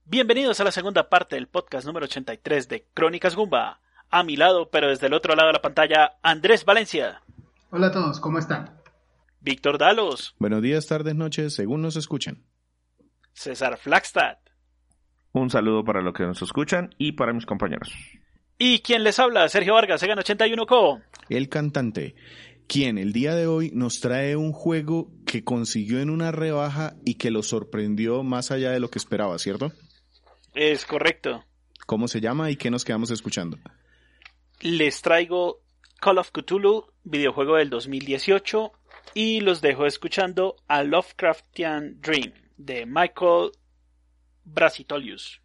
Bienvenidos a la segunda parte del podcast número 83 de Crónicas Goomba. A mi lado, pero desde el otro lado de la pantalla, Andrés Valencia. Hola a todos, ¿cómo están? Víctor Dalos. Buenos días, tardes, noches, según nos escuchen. César Flagstad. Un saludo para los que nos escuchan y para mis compañeros. Y quien les habla, Sergio Vargas, Egan 81 Co. El cantante, quien el día de hoy nos trae un juego que consiguió en una rebaja y que lo sorprendió más allá de lo que esperaba, ¿cierto? Es correcto. ¿Cómo se llama y qué nos quedamos escuchando? Les traigo Call of Cthulhu, videojuego del 2018, y los dejo escuchando a Lovecraftian Dream, de Michael Brasitolius.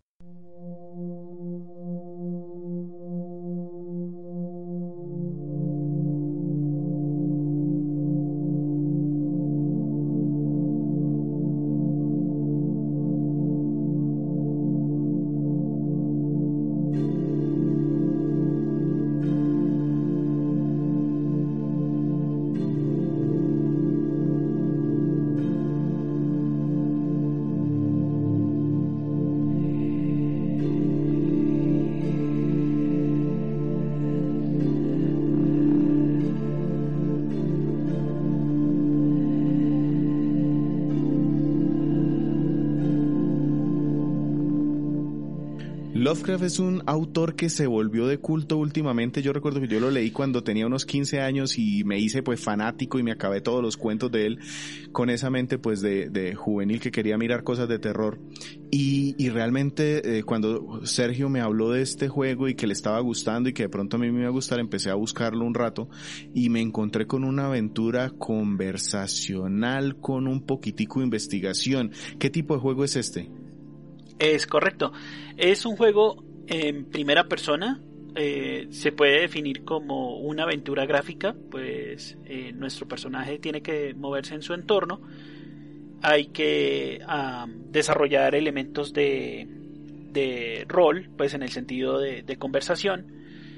Lovecraft es un autor que se volvió de culto últimamente. Yo recuerdo que yo lo leí cuando tenía unos 15 años y me hice pues fanático y me acabé todos los cuentos de él con esa mente pues de juvenil que quería mirar cosas de terror. Y realmente cuando Sergio me habló de este juego y que le estaba gustando y que de pronto a mí me iba a gustar, empecé a buscarlo un rato y me encontré con una aventura conversacional con un poquitico de investigación. ¿Qué tipo de juego es este? Es correcto. Es un juego en primera persona. Se puede definir como una aventura gráfica, pues nuestro personaje tiene que moverse en su entorno. Hay que desarrollar elementos de rol, pues en el sentido de conversación.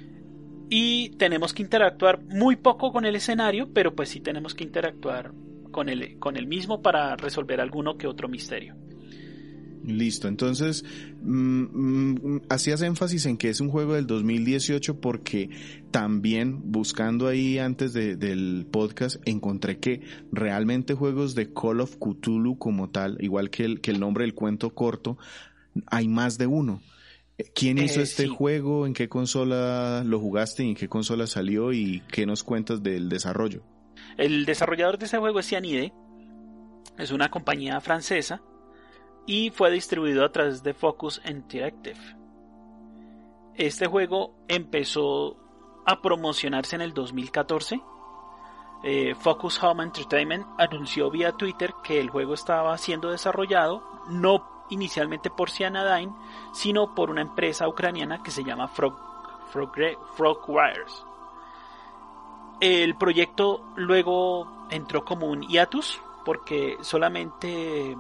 Y tenemos que interactuar muy poco con el escenario, pero pues sí tenemos que interactuar con el mismo para resolver alguno que otro misterio. Listo, entonces hacías énfasis en que es un juego del 2018 porque también buscando ahí antes del podcast encontré que realmente juegos de Call of Cthulhu como tal, igual que el nombre del cuento corto, hay más de uno. ¿Quién hizo este juego? ¿En qué consola lo jugaste? ¿En qué consola salió? ¿Y qué nos cuentas del desarrollo? El desarrollador de este juego es Cyanide, es una compañía francesa y fue distribuido a través de Focus Interactive. Este juego empezó a promocionarse en el 2014. Focus Home Entertainment anunció vía Twitter que el juego estaba siendo desarrollado no inicialmente por Cyanide, sino por una empresa ucraniana que se llama Frogwares. El proyecto luego entró como un hiatus porque solamente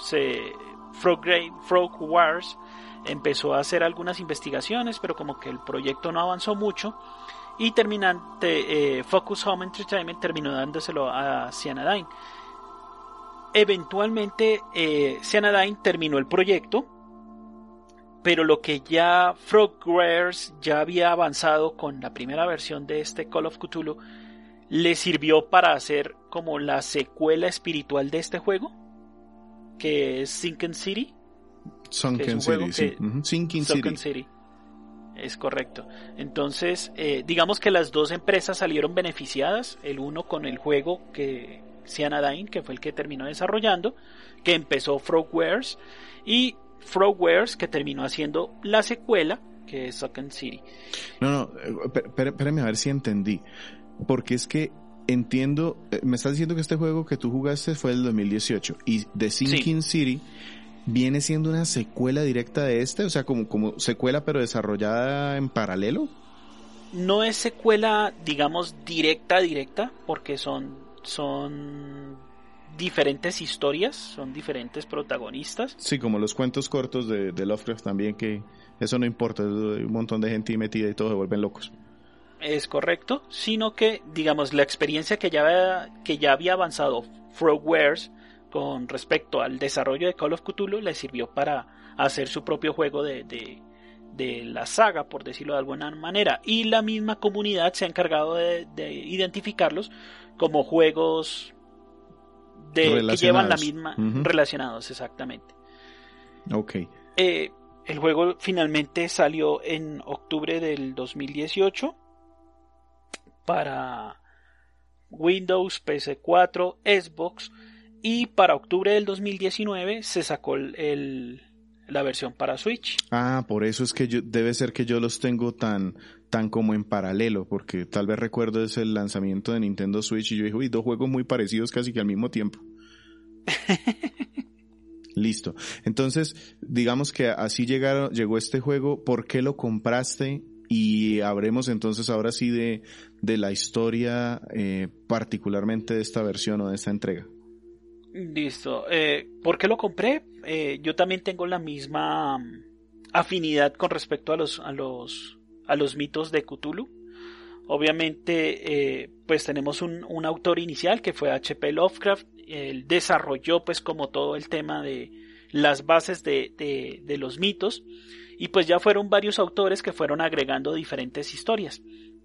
Frogwares empezó a hacer algunas investigaciones, pero como que el proyecto no avanzó mucho y Focus Home Entertainment terminó dándoselo a Cyanide. Eventualmente Cyanide terminó el proyecto, pero lo que ya Frogwares ya había avanzado con la primera versión de este Call of Cthulhu le sirvió para hacer como la secuela espiritual de este juego, que es Sinking City. Sunken City, sí. Sinking City. Es correcto. Entonces, digamos que las dos empresas salieron beneficiadas, el uno con el juego que Cyanide, que fue el que terminó desarrollando, que empezó Frogwares, y Frogwares, que terminó haciendo la secuela, que es Sunken City. No, espérame a ver si entendí. Porque es que entiendo, me estás diciendo que este juego que tú jugaste fue del 2018 y The Sinking City viene siendo una secuela directa de este, o sea, como secuela pero desarrollada en paralelo. No es secuela, digamos, directa, porque son diferentes historias, son diferentes protagonistas. Sí, como los cuentos cortos de Lovecraft también, que eso no importa, hay un montón de gente metida y todos se vuelven locos. Es correcto, sino que, digamos, la experiencia que ya había avanzado Frogwares con respecto al desarrollo de Call of Cthulhu le sirvió para hacer su propio juego de la saga, por decirlo de alguna manera, y la misma comunidad se ha encargado de identificarlos como juegos que llevan la misma, relacionados, exactamente. Okay. El juego finalmente salió en octubre del 2018 para Windows, PS4, Xbox, y para octubre del 2019 se sacó la versión para Switch. Por eso es que debe ser que yo los tengo tan como en paralelo, porque tal vez recuerdo es el lanzamiento de Nintendo Switch y yo dije, uy, 2 juegos muy parecidos casi que al mismo tiempo. Listo. Entonces, digamos que así llegó este juego. ¿Por qué lo compraste? Y hablemos entonces ahora sí de la historia, particularmente de esta versión o de esta entrega. Listo. ¿Por qué lo compré? Yo también tengo la misma afinidad con respecto a los mitos de Cthulhu. Obviamente, pues tenemos un autor inicial que fue H.P. Lovecraft. Él desarrolló pues como todo el tema de las bases de los mitos, y pues ya fueron varios autores que fueron agregando diferentes historias.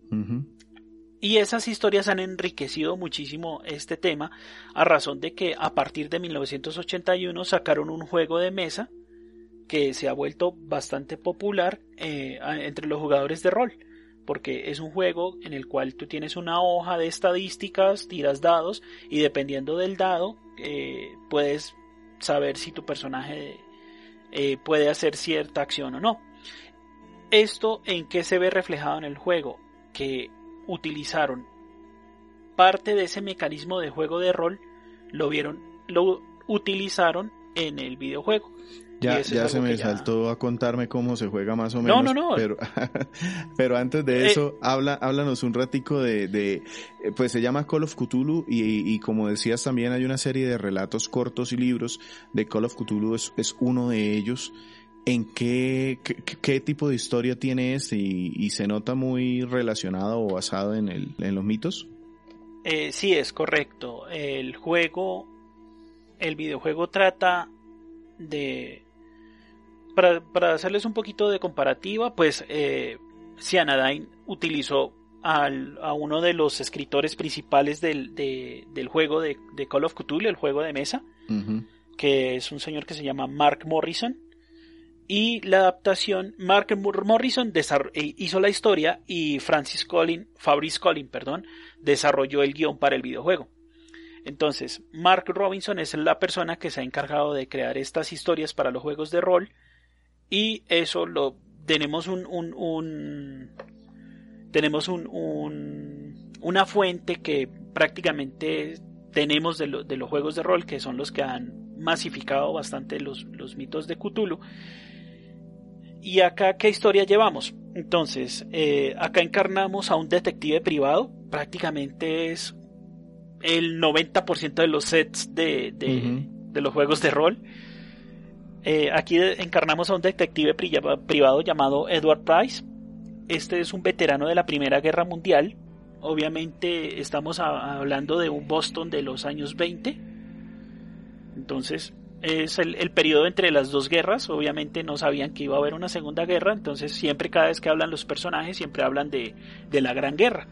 Y esas historias han enriquecido muchísimo este tema, a razón de que a partir de 1981 sacaron un juego de mesa que se ha vuelto bastante popular entre los jugadores de rol, porque es un juego en el cual tú tienes una hoja de estadísticas, tiras dados, y dependiendo del dado puedes saber si tu personaje puede hacer cierta acción o no. ¿Esto en qué se ve reflejado en el juego? Que utilizaron parte de ese mecanismo de juego de rol, lo utilizaron en el videojuego. Ya se me saltó a contarme cómo se juega más o menos. No. Pero antes de eso, háblanos un ratico pues se llama Call of Cthulhu y como decías también hay una serie de relatos cortos y libros de Call of Cthulhu, es uno de ellos. ¿En qué tipo de historia tiene y se nota muy relacionado o basado en los mitos? Sí, es correcto. El videojuego trata de... Para hacerles un poquito de comparativa, pues Cyanide utilizó a uno de los escritores principales del juego de Call of Cthulhu, el juego de mesa, que es un señor que se llama Mark Morrison. Y la adaptación, Mark Morrison hizo la historia y Fabrice Collin, desarrolló el guión para el videojuego. Entonces, Mark Robinson es la persona que se ha encargado de crear estas historias para los juegos de rol, y eso tenemos una fuente que prácticamente tenemos de los juegos de rol, que son los que han masificado bastante los mitos de Cthulhu. Y acá, ¿qué historia llevamos? Entonces, acá encarnamos a un detective privado. Prácticamente es el 90% de los sets de los juegos de rol. Aquí encarnamos a un detective privado llamado Edward Price. Este es un veterano de la Primera Guerra Mundial. Obviamente estamos hablando de un Boston de los años 20. Entonces es el periodo entre las dos guerras. Obviamente no sabían que iba a haber una segunda guerra, entonces siempre, cada vez que hablan los personajes, siempre hablan de la Gran Guerra.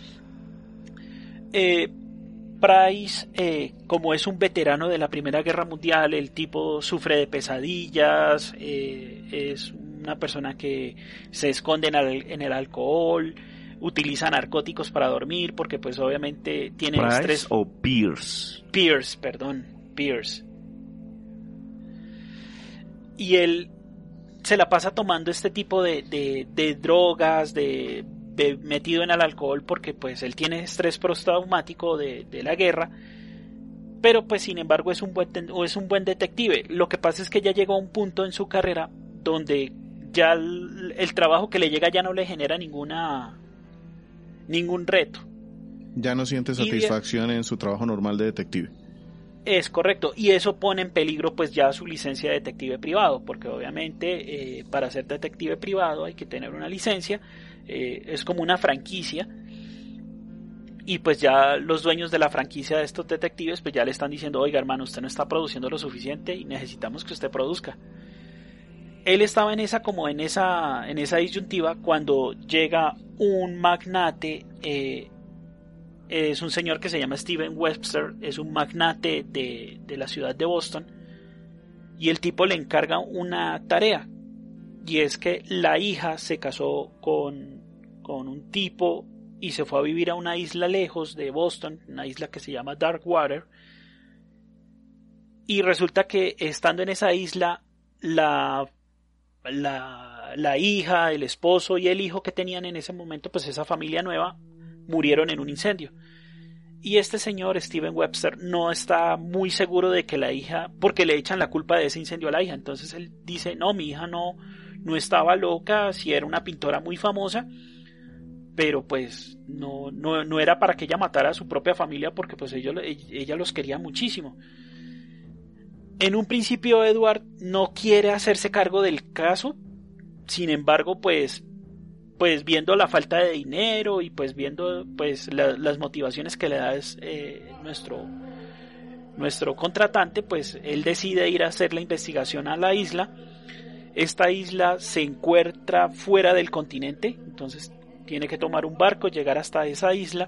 Price, como es un veterano de la Primera Guerra Mundial, el tipo sufre de pesadillas, es una persona que se esconde en el alcohol, utiliza narcóticos para dormir, porque pues obviamente tiene ¿Price estrés. o Pierce? Pierce. Y él se la pasa tomando este tipo de drogas, metido en el alcohol, porque pues él tiene estrés postraumático de la guerra, pero pues sin embargo es un buen detective. Lo que pasa es que ya llegó a un punto en su carrera donde ya el trabajo que le llega ya no le genera ningún reto. Ya no siente satisfacción en su trabajo normal de detective. Es correcto, y eso pone en peligro pues ya su licencia de detective privado, porque obviamente para ser detective privado hay que tener una licencia, es como una franquicia, y pues ya los dueños de la franquicia de estos detectives pues ya le están diciendo: oiga, hermano, usted no está produciendo lo suficiente y necesitamos que usted produzca. él estaba en esa disyuntiva cuando llega un magnate, es un señor que se llama Steven Webster, es un magnate de la ciudad de Boston, y el tipo le encarga una tarea, y es que la hija se casó con un tipo y se fue a vivir a una isla lejos de Boston, una isla que se llama Darkwater, y resulta que estando en esa isla la hija, el esposo y el hijo que tenían en ese momento, pues esa familia nueva, murieron en un incendio. Y este señor, Steven Webster, no está muy seguro de que la hija, porque le echan la culpa de ese incendio a la hija. Entonces él dice, no, mi hija no estaba loca, si era una pintora muy famosa, pero pues no era para que ella matara a su propia familia, porque pues ella los quería muchísimo. En un principio Edward no quiere hacerse cargo del caso, sin embargo pues viendo la falta de dinero y pues viendo pues las motivaciones que le da nuestro contratante, pues él decide ir a hacer la investigación a la isla. Esta isla se encuentra fuera del continente, entonces tiene que tomar un barco, llegar hasta esa isla,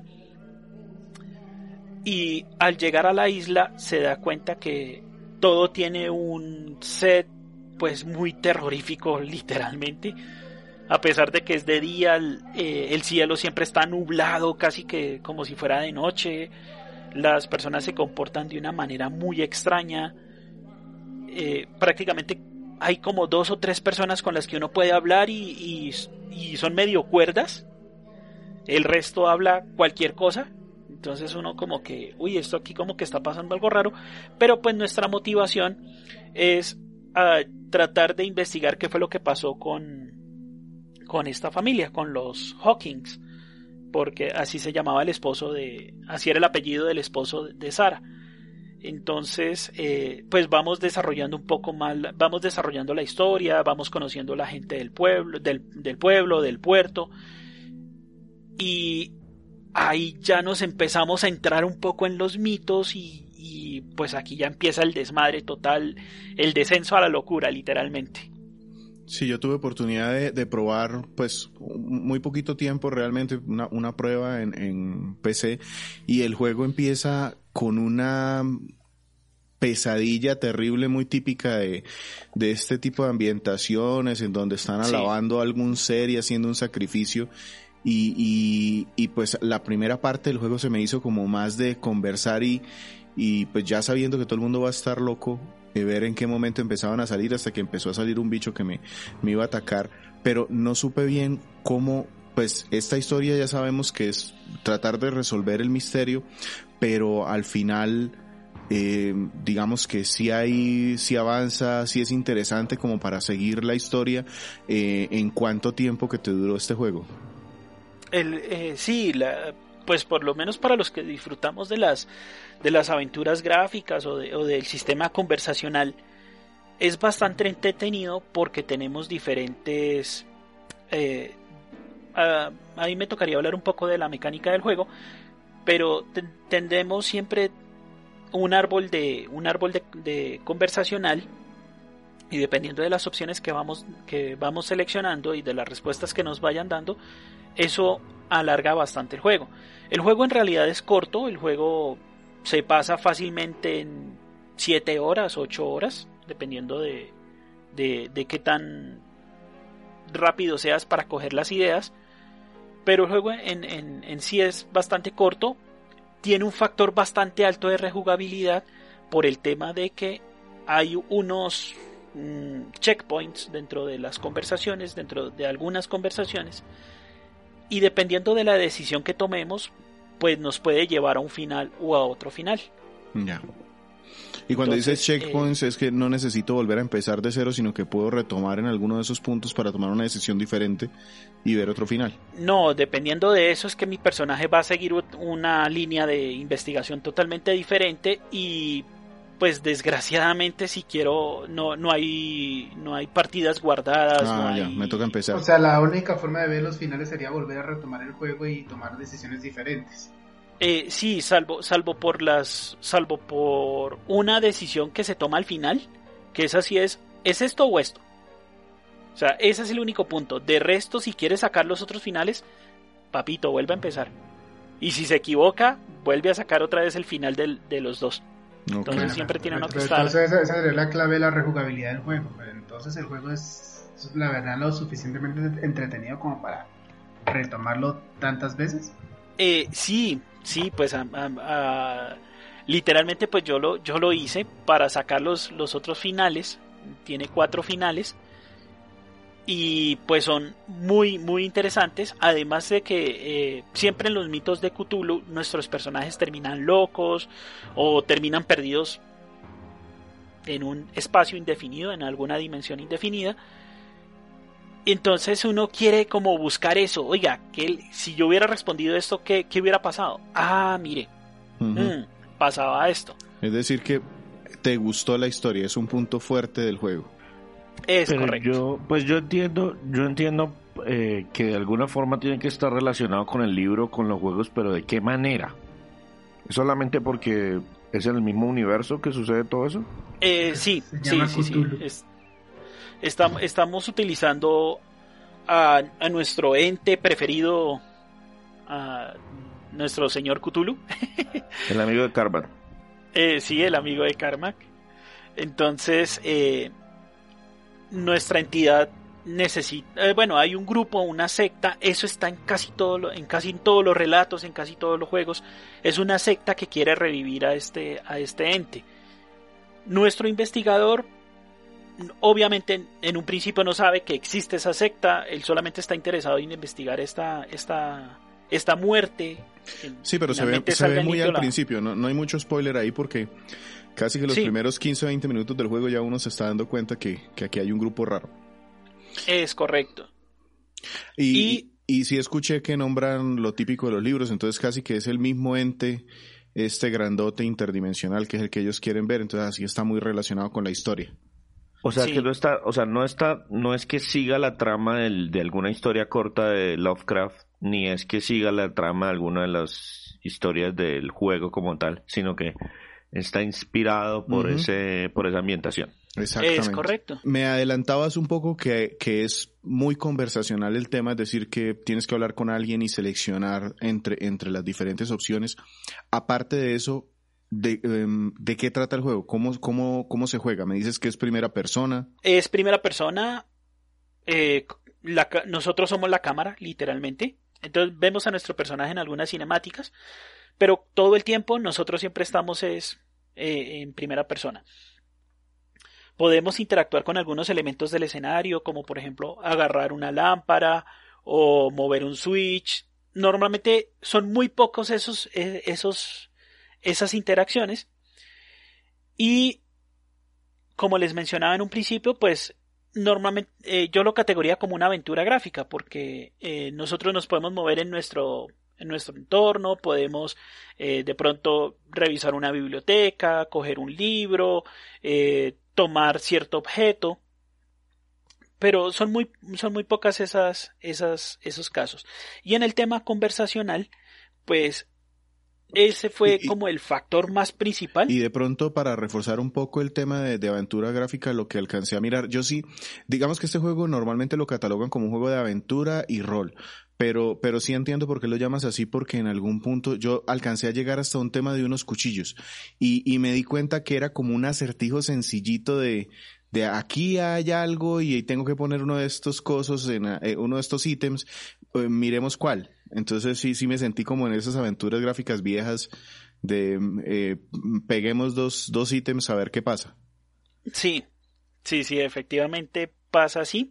y al llegar a la isla se da cuenta que todo tiene un set pues muy terrorífico, literalmente. A pesar de que es de día, el cielo siempre está nublado, casi que como si fuera de noche. Las personas se comportan de una manera muy extraña. Prácticamente hay como 2 o 3 personas con las que uno puede hablar y son medio cuerdas. El resto habla cualquier cosa. Entonces uno como que, esto aquí como que está pasando algo raro. Pero pues nuestra motivación es tratar de investigar qué fue lo que pasó con esta familia, con los Hawkins, porque así se llamaba el esposo así era el apellido del esposo de Sarah. Entonces pues vamos desarrollando un poco más, vamos desarrollando la historia, vamos conociendo la gente del pueblo, del puerto, y ahí ya nos empezamos a entrar un poco en los mitos y pues aquí ya empieza el desmadre total, el descenso a la locura, literalmente. Sí, yo tuve oportunidad de probar, pues, muy poquito tiempo realmente, una prueba en PC, y el juego empieza con una pesadilla terrible, muy típica de este tipo de ambientaciones, en donde están alabando a algún ser y haciendo un sacrificio, y pues la primera parte del juego se me hizo como más de conversar y pues ya sabiendo que todo el mundo va a estar loco, ver en qué momento empezaban a salir, hasta que empezó a salir un bicho que me iba a atacar, pero no supe bien cómo, pues esta historia ya sabemos que es tratar de resolver el misterio, pero al final digamos que sí avanza, sí es interesante como para seguir la historia. ¿En cuánto tiempo que te duró este juego? Pues por lo menos para los que disfrutamos de las aventuras gráficas o del sistema conversacional, es bastante entretenido porque tenemos diferentes... ahí me tocaría hablar un poco de la mecánica del juego, pero tendremos siempre un árbol de conversacional, y dependiendo de las opciones que vamos seleccionando y de las respuestas que nos vayan dando, eso alarga bastante el juego. El juego en realidad es corto, el juego se pasa fácilmente en 7 horas, 8 horas, dependiendo de qué tan rápido seas para coger las ideas, pero el juego en sí es bastante corto, tiene un factor bastante alto de rejugabilidad por el tema de que hay unos checkpoints dentro de las conversaciones, dentro de algunas conversaciones, y dependiendo de la decisión que tomemos, pues nos puede llevar a un final o a otro final. Ya. Y cuando dices checkpoints, es que no necesito volver a empezar de cero, sino que puedo retomar en alguno de esos puntos para tomar una decisión diferente y ver otro final. No, dependiendo de eso es que mi personaje va a seguir una línea de investigación totalmente diferente, y pues desgraciadamente si quiero no hay partidas guardadas. Me toca empezar. O sea, la única forma de ver los finales sería volver a retomar el juego y tomar decisiones diferentes. Sí, salvo por una decisión que se toma al final, que esa sí es esto o esto. O sea, ese es el único punto. De resto, si quieres sacar los otros finales, papito, vuelve a empezar. Y si se equivoca, vuelve a sacar otra vez el final de los dos. Ok. Entonces siempre tiene uno que Pero estar... entonces esa sería la clave de la rejugabilidad del juego. Pero entonces el juego es la verdad lo suficientemente entretenido como para retomarlo tantas veces. Sí, pues literalmente pues yo lo hice para sacar los otros finales. Tiene 4 finales. Y pues son muy muy interesantes, además de que siempre en los mitos de Cthulhu nuestros personajes terminan locos o terminan perdidos en un espacio indefinido, en alguna dimensión indefinida. Entonces uno quiere como buscar eso. Oiga, si yo hubiera respondido esto, ¿qué hubiera pasado? Ah, mire, pasaba esto. Es decir que te gustó la historia, es un punto fuerte del juego. Es Pero correcto. yo entiendo que de alguna forma tiene que estar relacionado con el libro, con los juegos, pero ¿de qué manera? ¿Es solamente porque es en el mismo universo que sucede todo eso? Sí. Cthulhu. Estamos utilizando a nuestro ente preferido, a nuestro señor Cthulhu. El amigo de Carver. Sí, el amigo de Carmack. Entonces, nuestra entidad necesita, hay un grupo, una secta, eso está en casi todos los relatos, en casi todos los juegos. Es una secta que quiere revivir a este ente. Nuestro investigador obviamente en un principio no sabe que existe esa secta, él solamente está interesado en investigar esta muerte. Sí, pero se ve muy al principio, no hay mucho spoiler ahí porque casi que los primeros 15 o 20 minutos del juego ya uno se está dando cuenta que aquí hay un grupo raro. Es correcto. Y sí escuché que nombran lo típico de los libros, entonces casi que es el mismo ente, grandote interdimensional que es el que ellos quieren ver, entonces así está muy relacionado con la historia. O sea, sí. que no es que siga la trama de alguna historia corta de Lovecraft, ni es que siga la trama de alguna de las historias del juego como tal, sino que está inspirado por por esa ambientación. Exactamente. Es correcto. Me adelantabas un poco que es muy conversacional el tema, es decir, que tienes que hablar con alguien y seleccionar entre las diferentes opciones. Aparte de eso, ¿de qué trata el juego? ¿Cómo se juega? Me dices que es primera persona. Es primera persona. Nosotros somos la cámara, literalmente. Entonces vemos a nuestro personaje en algunas cinemáticas, pero todo el tiempo nosotros siempre estamos en primera persona. Podemos interactuar con algunos elementos del escenario, como por ejemplo agarrar una lámpara o mover un switch. Normalmente son muy pocos esas interacciones. Y como les mencionaba en un principio, pues normalmente yo lo categoría como una aventura gráfica, porque nosotros nos podemos mover en nuestro entorno, podemos de pronto revisar una biblioteca, coger un libro, tomar cierto objeto, pero son muy pocas esos casos. Y en el tema conversacional, pues ese fue como el factor más principal. Y de pronto, para reforzar un poco el tema de aventura gráfica, lo que alcancé a mirar, yo sí, digamos que este juego normalmente lo catalogan como un juego de aventura y rol, pero sí entiendo por qué lo llamas así, porque en algún punto yo alcancé a llegar hasta un tema de unos cuchillos y me di cuenta que era como un acertijo sencillito de aquí hay algo y tengo que poner uno de estos cosos uno de estos ítems, miremos cuál. Entonces sí me sentí como en esas aventuras gráficas viejas de peguemos dos ítems a ver qué pasa. Sí, efectivamente pasa así.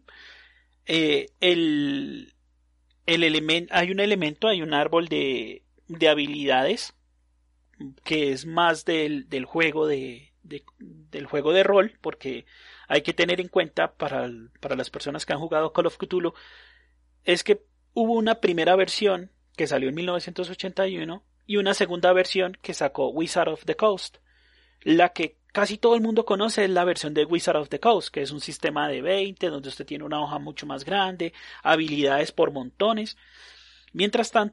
Hay un árbol de habilidades que es más del juego del juego de rol, porque hay que tener en cuenta para las personas que han jugado Call of Cthulhu, es que hubo una primera versión que salió en 1981 y una segunda versión que sacó Wizard of the Coast. La que casi todo el mundo conoce es la versión de Wizard of the Coast, que es un sistema de 20, donde usted tiene una hoja mucho más grande, habilidades por montones. Mientras tanto,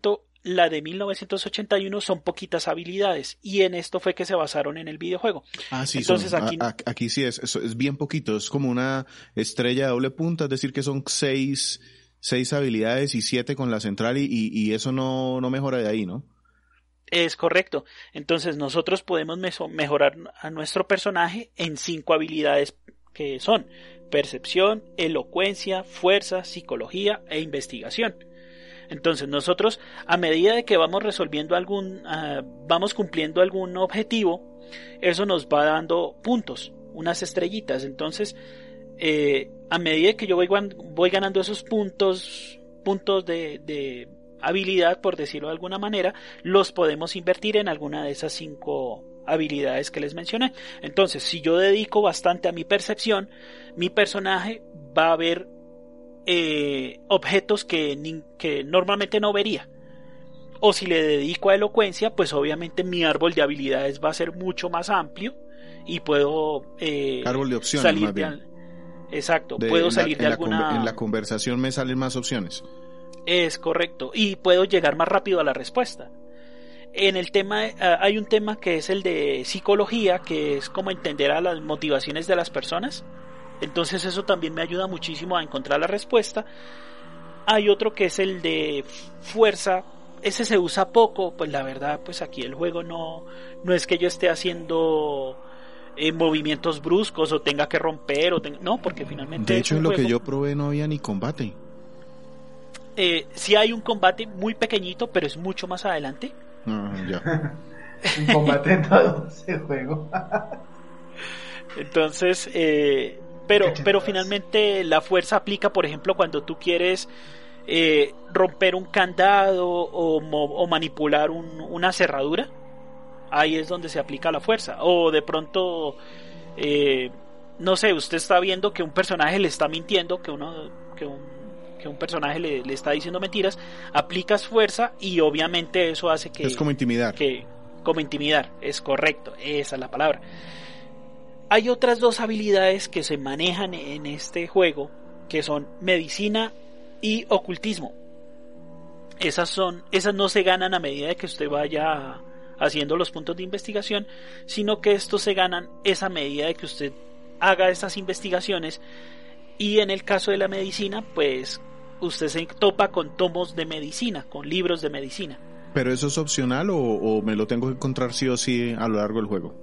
la de 1981 son poquitas habilidades, y en esto fue que se basaron en el videojuego. Ah, sí, entonces aquí sí es bien poquito, es como una estrella de doble punta, es decir que son seis habilidades y 7 con la central, y eso no mejora de ahí, ¿no? Es correcto. Entonces nosotros podemos mejorar a nuestro personaje en 5 habilidades que son percepción, elocuencia, fuerza, psicología e investigación. Entonces nosotros, a medida de que vamos resolviendo vamos cumpliendo algún objetivo, eso nos va dando puntos, unas estrellitas. Entonces, a medida que yo voy ganando esos puntos de habilidad, por decirlo de alguna manera, los podemos invertir en alguna de esas 5 habilidades que les mencioné. Entonces, si yo dedico bastante a mi percepción, mi personaje va a ver objetos que normalmente no vería. O si le dedico a elocuencia, pues obviamente mi árbol de habilidades va a ser mucho más amplio y puedo árbol de opciones, salir más bien. Exacto, puedo salir de alguna... En la conversación me salen más opciones. Es correcto, y puedo llegar más rápido a la respuesta. En el tema, hay un tema que es el de psicología, que es como entender a las motivaciones de las personas. Entonces eso también me ayuda muchísimo a encontrar la respuesta. Hay otro que es el de fuerza. Ese se usa poco, pues la verdad, pues aquí el juego no es que yo esté haciendo movimientos bruscos o tenga que romper no, porque finalmente de hecho en lo que yo probé no había ni combate. Sí hay un combate muy pequeñito, pero es mucho más adelante. Ya. Un combate en todo ese juego. Entonces, pero finalmente la fuerza aplica, por ejemplo, cuando tú quieres romper un candado o manipular una cerradura. Ahí es donde se aplica la fuerza. O de pronto, no sé, usted está viendo que un personaje le está mintiendo, que un personaje le está diciendo mentiras, aplicas fuerza y obviamente eso hace que... Es como intimidar. Como intimidar, es correcto, esa es la palabra. Hay otras 2 habilidades que se manejan en este juego, que son medicina y ocultismo. Esas no se ganan a medida de que usted vaya haciendo los puntos de investigación, sino que estos se ganan esa medida de que usted haga esas investigaciones. Y en el caso de la medicina, pues usted se topa con tomos de medicina, con libros de medicina. ¿Pero eso es opcional o me lo tengo que encontrar sí o sí a lo largo del juego?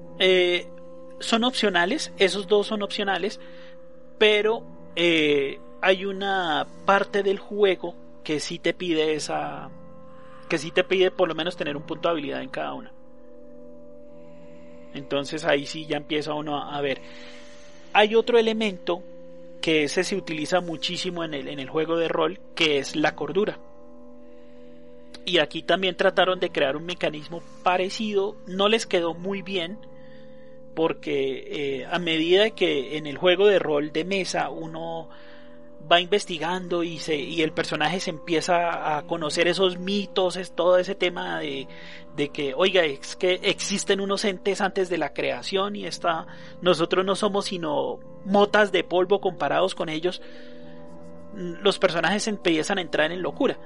Son opcionales, esos 2 son opcionales, pero hay una parte del juego que sí te pide por lo menos tener un punto de habilidad en cada una. Entonces ahí sí ya empieza uno a ver. Hay otro elemento que ese se utiliza muchísimo en el juego de rol, que es la cordura. Y aquí también trataron de crear un mecanismo parecido, no les quedó muy bien, porque a medida que en el juego de rol de mesa uno va investigando y el personaje se empieza a conocer esos mitos, es todo ese tema de que, oiga, es que existen unos entes antes de la creación y nosotros no somos sino motas de polvo comparados con ellos. Los personajes empiezan a entrar en locura,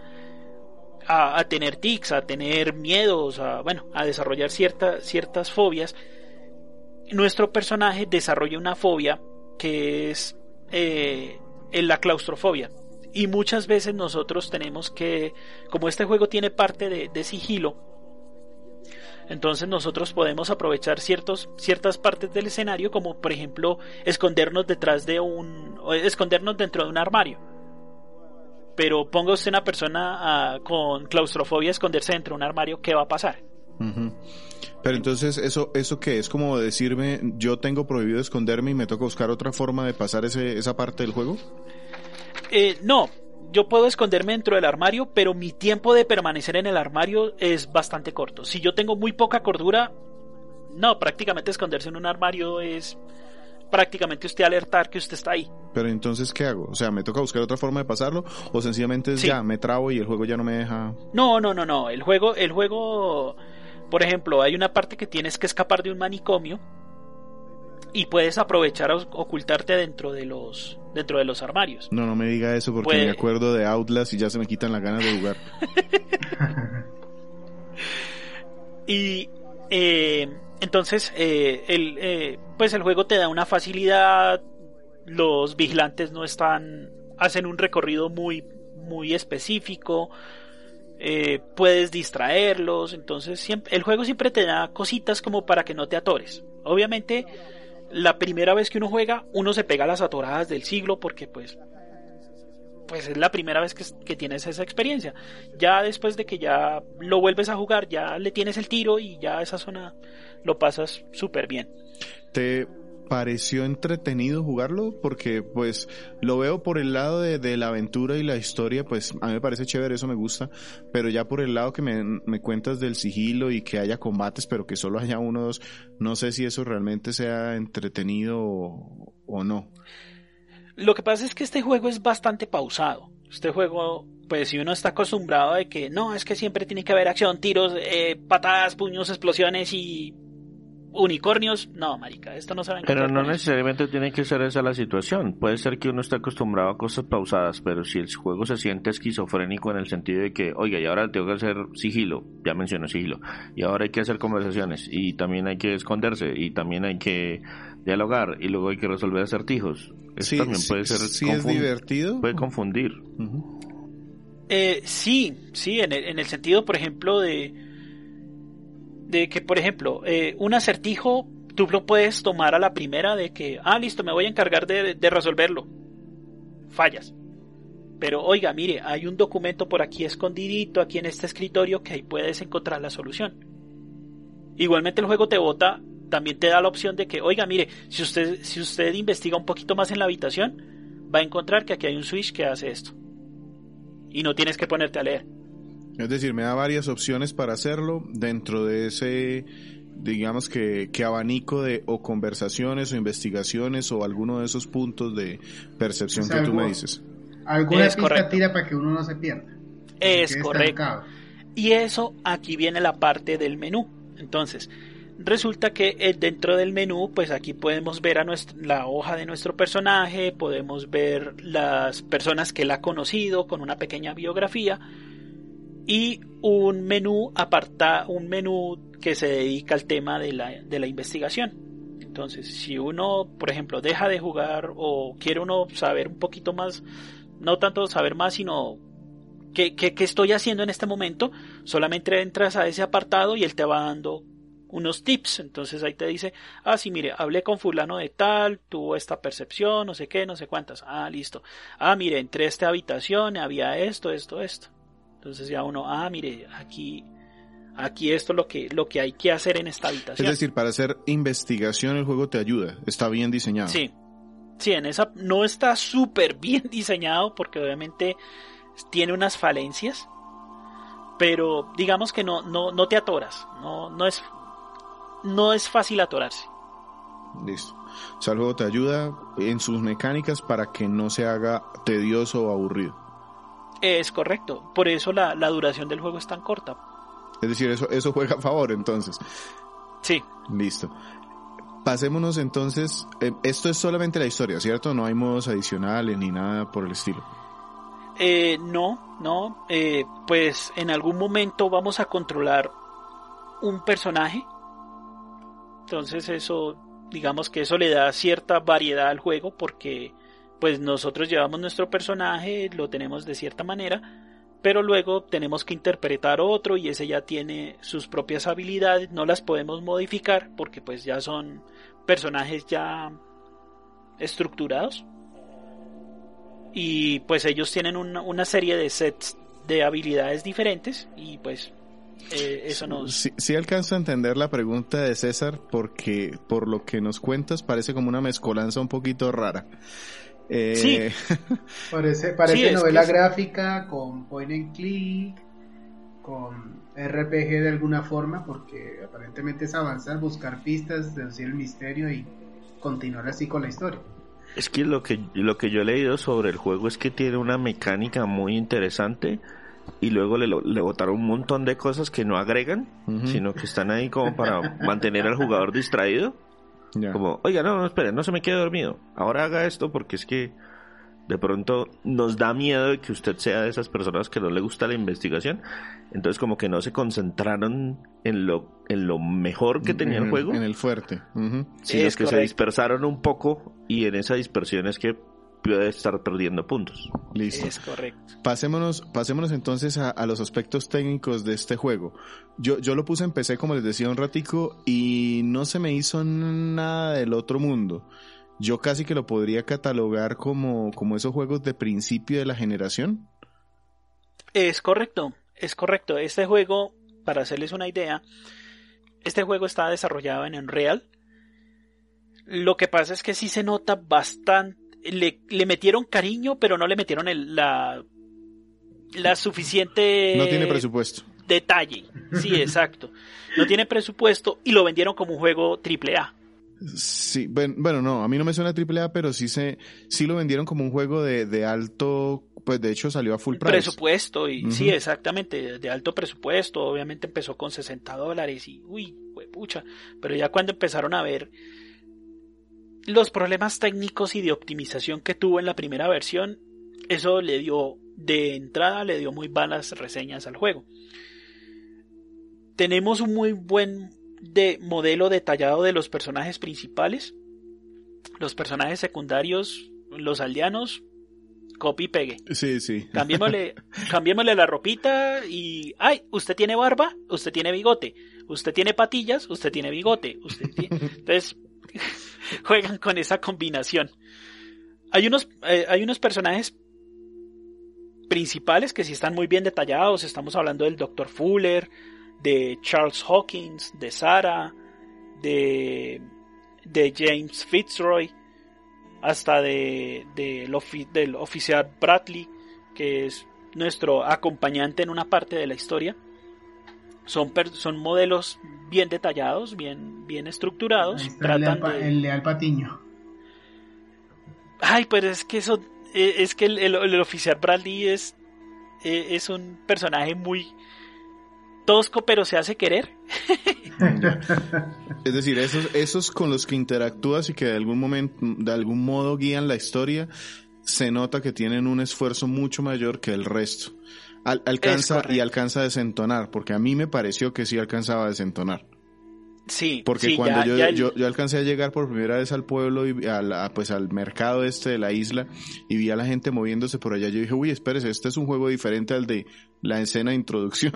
a tener tics, a tener miedos, a desarrollar ciertas fobias. Nuestro personaje desarrolla una fobia que es la claustrofobia, y muchas veces nosotros tenemos que, como este juego tiene parte de sigilo, entonces nosotros podemos aprovechar ciertas partes del escenario, como por ejemplo escondernos escondernos dentro de un armario. Pero ponga usted una persona con claustrofobia esconderse dentro de un armario, ¿qué va a pasar? Uh-huh. Pero entonces eso ¿qué es? Como decirme, yo tengo prohibido esconderme y me toca buscar otra forma de pasar esa parte del juego. No, yo puedo esconderme dentro del armario, pero mi tiempo de permanecer en el armario es bastante corto. Si yo tengo muy poca cordura, no, prácticamente esconderse en un armario es prácticamente usted alertar que usted está ahí. Pero entonces, ¿qué hago? O sea, ¿me toca buscar otra forma de pasarlo? ¿O sencillamente sí, ya me trabo y el juego ya no me deja? No. El juego, por ejemplo, hay una parte que tienes que escapar de un manicomio y puedes aprovechar a ocultarte dentro de los dentro de los armarios. No me diga eso porque me acuerdo de Outlast y ya se me quitan las ganas de jugar. Y entonces pues el juego te da una facilidad. Los vigilantes no hacen un recorrido muy específico. Puedes distraerlos. Entonces el juego siempre te da cositas como para que no te atores. Obviamente la primera vez que uno juega, uno se pega las atoradas del siglo porque pues es la primera vez que tienes esa experiencia. Ya después de que ya lo vuelves a jugar, ya le tienes el tiro y ya esa zona lo pasas súper bien. ¿Te pareció entretenido jugarlo? Porque pues lo veo por el lado de la aventura y la historia, pues a mí me parece chévere, eso me gusta, pero ya por el lado que me cuentas del sigilo y que haya combates, pero que solo haya uno o dos, no sé si eso realmente sea entretenido o no. Lo que pasa es que este juego es bastante pausado. Este juego, pues si uno está acostumbrado de que no, es que siempre tiene que haber acción, tiros, patadas, puños, explosiones y unicornios, no, marica, esto no se va a encontrar. Pero no necesariamente tiene que ser esa la situación. Puede ser que uno esté acostumbrado a cosas pausadas, pero si el juego se siente esquizofrénico en el sentido de que, oiga, y ahora tengo que hacer sigilo, ya mencioné sigilo, y ahora hay que hacer conversaciones, y también hay que esconderse, y también hay que dialogar, y luego hay que resolver acertijos. Eso sí, también puede ser sí es divertido. Puede confundir. Uh-huh. Sí, en el sentido, por ejemplo, de que, por ejemplo, un acertijo tú lo puedes tomar a la primera de que, listo, me voy a encargar de resolverlo. Fallas. Pero, oiga, mire, hay un documento por aquí escondidito, aquí en este escritorio, que ahí puedes encontrar la solución. Igualmente el juego te bota, también te da la opción de que, oiga, mire, si usted investiga un poquito más en la habitación, va a encontrar que aquí hay un switch que hace esto. Y no tienes que ponerte a leer. Es decir, me da varias opciones para hacerlo dentro de ese, digamos que abanico de o conversaciones o investigaciones o alguno de esos puntos de percepción que tú me dices. Alguna pista tira para que uno no se pierda. Es correcto. Y eso, aquí viene la parte del menú. Entonces, resulta que dentro del menú, pues aquí podemos ver la hoja de nuestro personaje, podemos ver las personas que él ha conocido con una pequeña biografía. Y un menú que se dedica al tema de la investigación. Entonces, si uno, por ejemplo, deja de jugar o quiere uno saber un poquito más, no tanto saber más, sino qué estoy haciendo en este momento, solamente entras a ese apartado y él te va dando unos tips. Entonces ahí te dice, sí, mire, hablé con fulano de tal, tuvo esta percepción, no sé qué, no sé cuántas. Listo. Mire, entré a esta habitación, había esto. Entonces ya uno, mire, aquí esto es lo que hay que hacer en esta habitación. Es decir, para hacer investigación el juego te ayuda, está bien diseñado. Sí, en esa no está súper bien diseñado porque obviamente tiene unas falencias, pero digamos que no te atoras, no es fácil atorarse. Listo. O sea, el juego te ayuda en sus mecánicas para que no se haga tedioso o aburrido. Es correcto, por eso la duración del juego es tan corta. Es decir, eso juega a favor, entonces. Sí. Listo. Pasémonos entonces, esto es solamente la historia, ¿cierto? No hay modos adicionales ni nada por el estilo. No, pues en algún momento vamos a controlar un personaje. Entonces eso, digamos que eso le da cierta variedad al juego porque pues nosotros llevamos nuestro personaje, lo tenemos de cierta manera, pero luego tenemos que interpretar otro y ese ya tiene sus propias habilidades, no las podemos modificar porque pues ya son personajes ya estructurados y pues ellos tienen una serie de sets de habilidades diferentes y pues eso nos... Sí alcanzo a entender la pregunta de César porque por lo que nos cuentas parece como una mezcolanza un poquito rara. Sí. Parece novela gráfica con point and click, con RPG de alguna forma, porque aparentemente es avanzar, buscar pistas, deducir el misterio y continuar así con la historia. Es que lo que yo he leído sobre el juego es que tiene una mecánica muy interesante y luego le botaron un montón de cosas que no agregan, sino que están ahí como para mantener al jugador distraído. Yeah. Como, oiga, no, espere, no se me quede dormido. Ahora haga esto porque es que De pronto nos da miedo de que usted sea de esas personas que no le gusta la investigación, entonces como que no se concentraron en lo mejor que tenía el juego, en el fuerte, sino que se dispersaron un poco, y en esa dispersión es que puede estar perdiendo puntos. Listo. Es correcto. Pasémonos entonces a los aspectos técnicos de este juego. Yo lo puse en PC, como les decía un ratico, y no se me hizo nada del otro mundo. Yo casi que lo podría catalogar como esos juegos de principio de la generación. Es correcto. Este juego, para hacerles una idea, este juego está desarrollado en Unreal. Lo que pasa es que sí se nota bastante, le metieron cariño, pero no le metieron la suficiente... No tiene presupuesto. Detalle. Sí, exacto. No tiene presupuesto y lo vendieron como un juego AAA. Sí, bueno, no, a mí no me suena AAA, pero sí lo vendieron como un juego de alto, pues de hecho salió a full price. Presupuesto, y sí, exactamente, de alto presupuesto. Obviamente empezó con $60 y uy, pucha, pero ya cuando empezaron a ver los problemas técnicos y de optimización que tuvo en la primera versión, eso le dio muy malas reseñas al juego. Tenemos un muy buen modelo detallado de los personajes principales. Los personajes secundarios, los aldeanos, copy y pegue. Sí. Cambiémosle la ropita y... ¡ay! Usted tiene barba, usted tiene bigote. Usted tiene patillas, usted tiene bigote. Entonces, juegan con esa combinación. Hay unos personajes principales que sí están muy bien detallados. Estamos hablando del Dr. Fuller, de Charles Hawkins, de Sarah, de James Fitzroy, hasta del oficial Bradley, que es nuestro acompañante en una parte de la historia. Son modelos bien detallados, bien estructurados. El Leal Patiño. Ay, pero es que el oficial Bradley es un personaje muy tosco, pero se hace querer. Es decir, esos con los que interactúas y que de algún modo guían la historia, se nota que tienen un esfuerzo mucho mayor que el resto. Alcanza a desentonar, porque a mí me pareció que sí alcanzaba a desentonar. Sí. Porque sí, cuando yo alcancé a llegar por primera vez al pueblo y al mercado de la isla, y vi a la gente moviéndose por allá, yo dije, uy, espérese, este es un juego diferente al de la escena de introducción.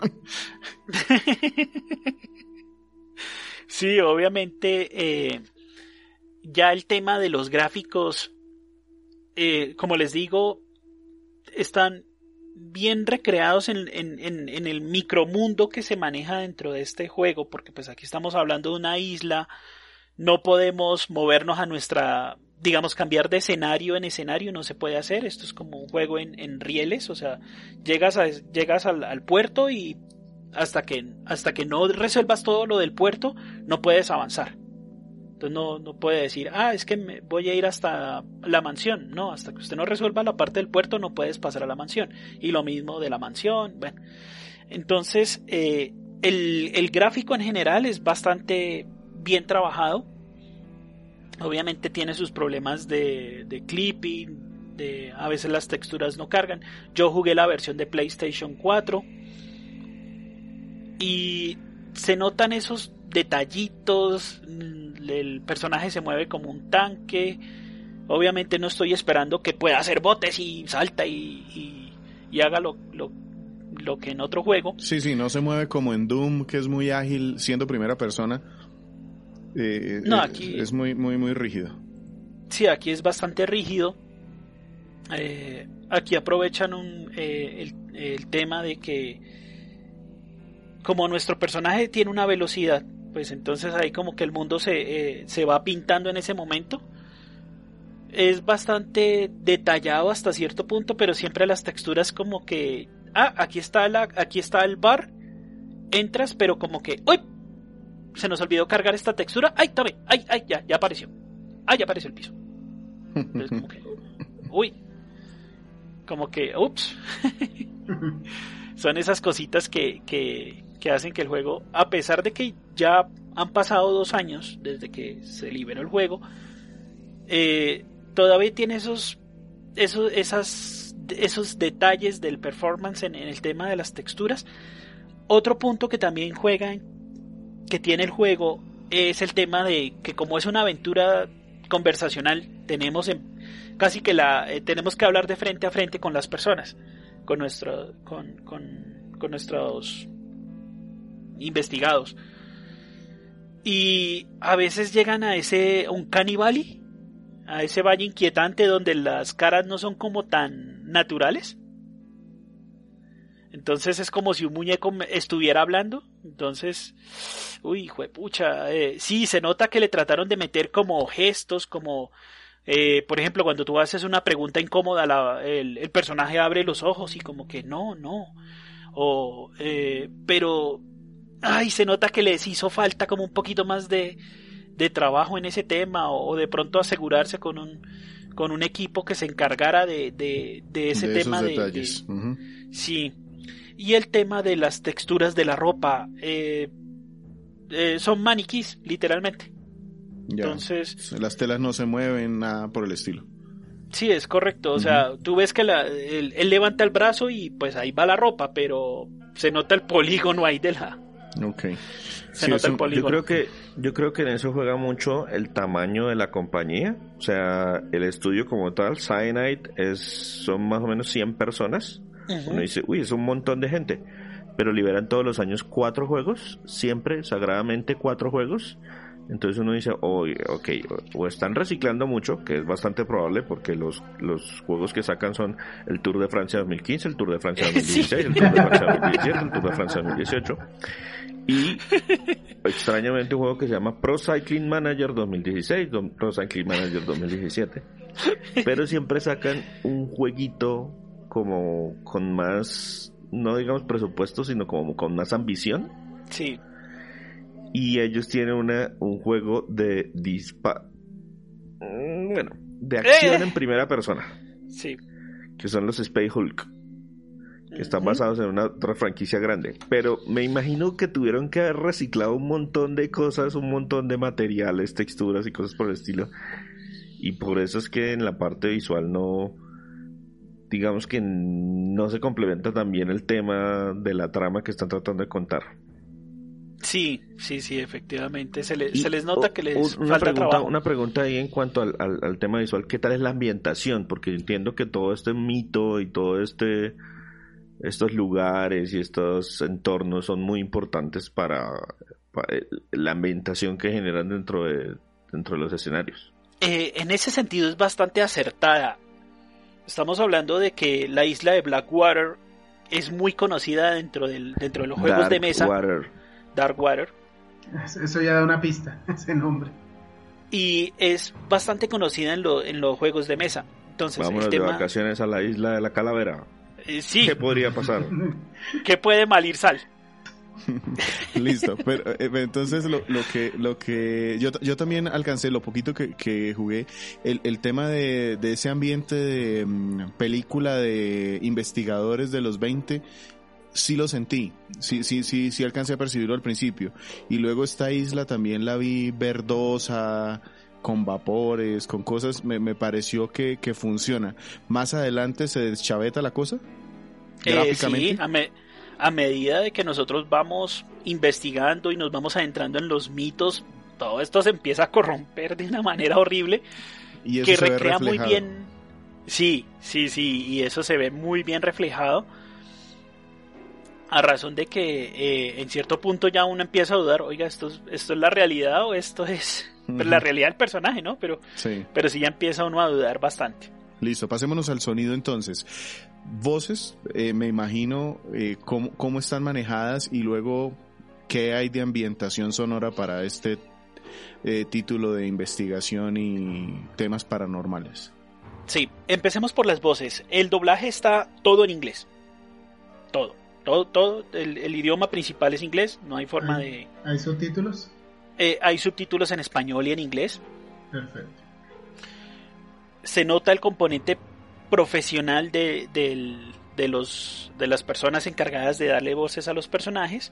Sí, obviamente ya el tema de los gráficos, como les digo, están bien recreados en el micromundo que se maneja dentro de este juego, porque pues aquí estamos hablando de una isla, no podemos movernos a nuestra, digamos, cambiar de escenario en escenario, no se puede hacer. Esto es como un juego en rieles, o sea, llegas al puerto y hasta que no resuelvas todo lo del puerto, no puedes avanzar. Entonces no puede decir, es que voy a ir hasta la mansión. No, hasta que usted no resuelva la parte del puerto no puedes pasar a la mansión. Y lo mismo de la mansión. Bueno, entonces el gráfico en general es bastante bien trabajado. Obviamente tiene sus problemas de clipping, a veces las texturas no cargan. Yo jugué la versión de PlayStation 4 y se notan esos detallitos. El personaje se mueve como un tanque. Obviamente no estoy esperando que pueda hacer botes y salta y haga lo que en otro juego. Sí, no se mueve como en Doom, que es muy ágil siendo primera persona. No, aquí es muy, muy, muy rígido. Sí, aquí es bastante rígido. Aquí aprovechan el tema de que como nuestro personaje tiene una velocidad, pues entonces ahí como que el mundo se va pintando en ese momento. Es bastante detallado hasta cierto punto, pero siempre las texturas como que aquí está el bar, entras, pero como que ¡uy! Se nos olvidó cargar esta textura. ¡Ay, tome! ¡Ay, ya apareció! ¡Ay, ya apareció el piso! Entonces como que ¡uy! Como que ¡ups! Son esas cositas que hacen que el juego, a pesar de que ya han pasado 2 años desde que se liberó el juego, todavía tiene esos detalles del performance en el tema de las texturas. Otro punto que también que tiene el juego, es el tema de que como es una aventura conversacional, tenemos tenemos que hablar de frente a frente con las personas, con nuestros investigados, y a veces llegan a un Canny Valley, a ese valle inquietante donde las caras no son como tan naturales. Entonces es como si un muñeco estuviera hablando. Entonces, uy, juepucha, sí, se nota que le trataron de meter como gestos, como, por ejemplo, cuando tú haces una pregunta incómoda, el personaje abre los ojos y como que no, pero, ay, se nota que les hizo falta como un poquito más de trabajo en ese tema, o de pronto asegurarse con un equipo que se encargara de ese tema esos detalles. Uh-huh. Sí. Y el tema de las texturas de la ropa, son maniquís, literalmente. Ya. Entonces, las telas no se mueven, nada por el estilo. Sí, es correcto. O sea, tú ves que él levanta el brazo y pues ahí va la ropa, pero se nota el polígono ahí de la... Okay. Se nota el polígono. Yo creo que en eso juega mucho el tamaño de la compañía. O sea, el estudio como tal, Cyanide, son más o menos 100 personas. Uh-huh. Uno dice, uy, es un montón de gente, pero liberan todos los años 4 juegos, siempre, sagradamente 4 juegos. Entonces uno dice, o están reciclando mucho, que es bastante probable, porque los juegos que sacan son el Tour de Francia 2015, el Tour de Francia 2016, sí. El Tour de Francia 2017, el Tour de Francia 2018, y extrañamente un juego que se llama Pro Cycling Manager 2016, Pro Cycling Manager 2017, pero siempre sacan un jueguito como con más, no digamos presupuesto, sino como con más ambición. Sí. Y ellos tienen un juego de acción en primera persona. Sí. Que son los Space Hulk, que están basados en otra franquicia grande. Pero me imagino que tuvieron que haber reciclado un montón de cosas, un montón de materiales, texturas y cosas por el estilo. Y por eso es que en la parte visual digamos que no se complementa tan bien el tema de la trama que están tratando de contar. Sí, efectivamente. Se les nota que les falta trabajo. Una pregunta ahí en cuanto al tema visual. ¿Qué tal es la ambientación? Porque entiendo que todo este mito y todo estos lugares y estos entornos son muy importantes para la ambientación que generan dentro de los escenarios. En ese sentido es bastante acertada. Estamos hablando de que la isla de Blackwater es muy conocida dentro de los juegos de mesa. Darkwater. Eso ya da una pista, ese nombre. Y es bastante conocida en los juegos de mesa. Entonces, vámonos de vacaciones a la isla de la Calavera. Sí. ¿Qué podría pasar? ¿Qué puede mal ir sal? Listo, pero entonces lo que yo también alcancé, lo poquito que jugué, el tema de ese ambiente de película de investigadores de los 20, sí lo sentí, sí alcancé a percibirlo al principio, y luego esta isla también la vi verdosa, con vapores, con cosas, me pareció que funciona. Más adelante se deschaveta la cosa, gráficamente. Sí, a medida de que nosotros vamos investigando y nos vamos adentrando en los mitos, todo esto se empieza a corromper de una manera horrible, y eso que se recrea ve muy bien. Sí, y eso se ve muy bien reflejado, a razón de que en cierto punto ya uno empieza a dudar, oiga, esto es la realidad o esto es la realidad del personaje, ¿no? Pero sí ya empieza uno a dudar bastante. Listo, pasémonos al sonido entonces. Voces, me imagino cómo están manejadas, y luego qué hay de ambientación sonora para este título de investigación y temas paranormales. Sí, empecemos por las voces. El doblaje está todo en inglés. Todo. El idioma principal es inglés, no hay forma de... ¿Hay subtítulos? Hay subtítulos en español y en inglés. Perfecto. Se nota el componente profesional de las personas encargadas de darle voces a los personajes.